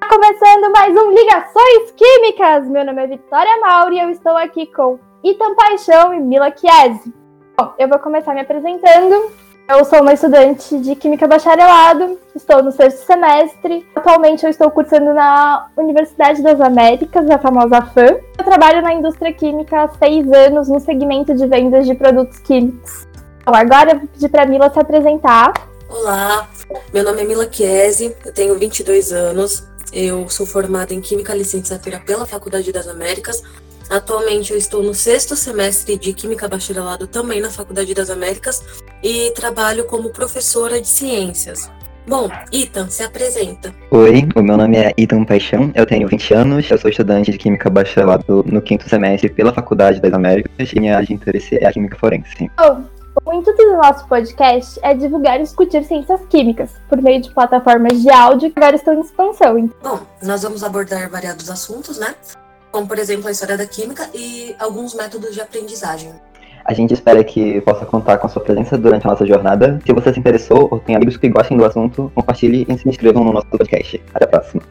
começando mais um Ligações Químicas! Meu nome é Vitória Mauri e eu estou aqui com Ethan Paixão e Mila Chiesi. Bom, eu vou começar me apresentando. Eu sou uma estudante de Química Bacharelado, estou no 6º semestre. Atualmente eu estou cursando na Universidade das Américas, a famosa FAM. Eu trabalho na indústria química há 6 anos no segmento de vendas de produtos químicos. Então, agora eu vou pedir para a Mila se apresentar. Olá, meu nome é Mila Chiesi, eu tenho 22 anos, eu sou formada em Química Licenciatura pela Faculdade das Américas. Atualmente eu estou no 6º semestre de Química Bacharelado também na Faculdade das Américas e trabalho como professora de ciências. Bom, Ethan, se apresenta. Oi, o meu nome é Ethan Paixão, eu tenho 20 anos, eu sou estudante de Química Bacharelado no 5º semestre pela Faculdade das Américas e minha área de interesse é a Química Forense. O intuito do nosso podcast é divulgar e discutir ciências químicas, por meio de plataformas de áudio que agora estão em expansão. Bom, nós vamos abordar variados assuntos, né? Como, por exemplo, a história da química e alguns métodos de aprendizagem. A gente espera que possa contar com a sua presença durante a nossa jornada. Se você se interessou ou tem amigos que gostem do assunto, compartilhe e se inscrevam no nosso podcast. Até a próxima!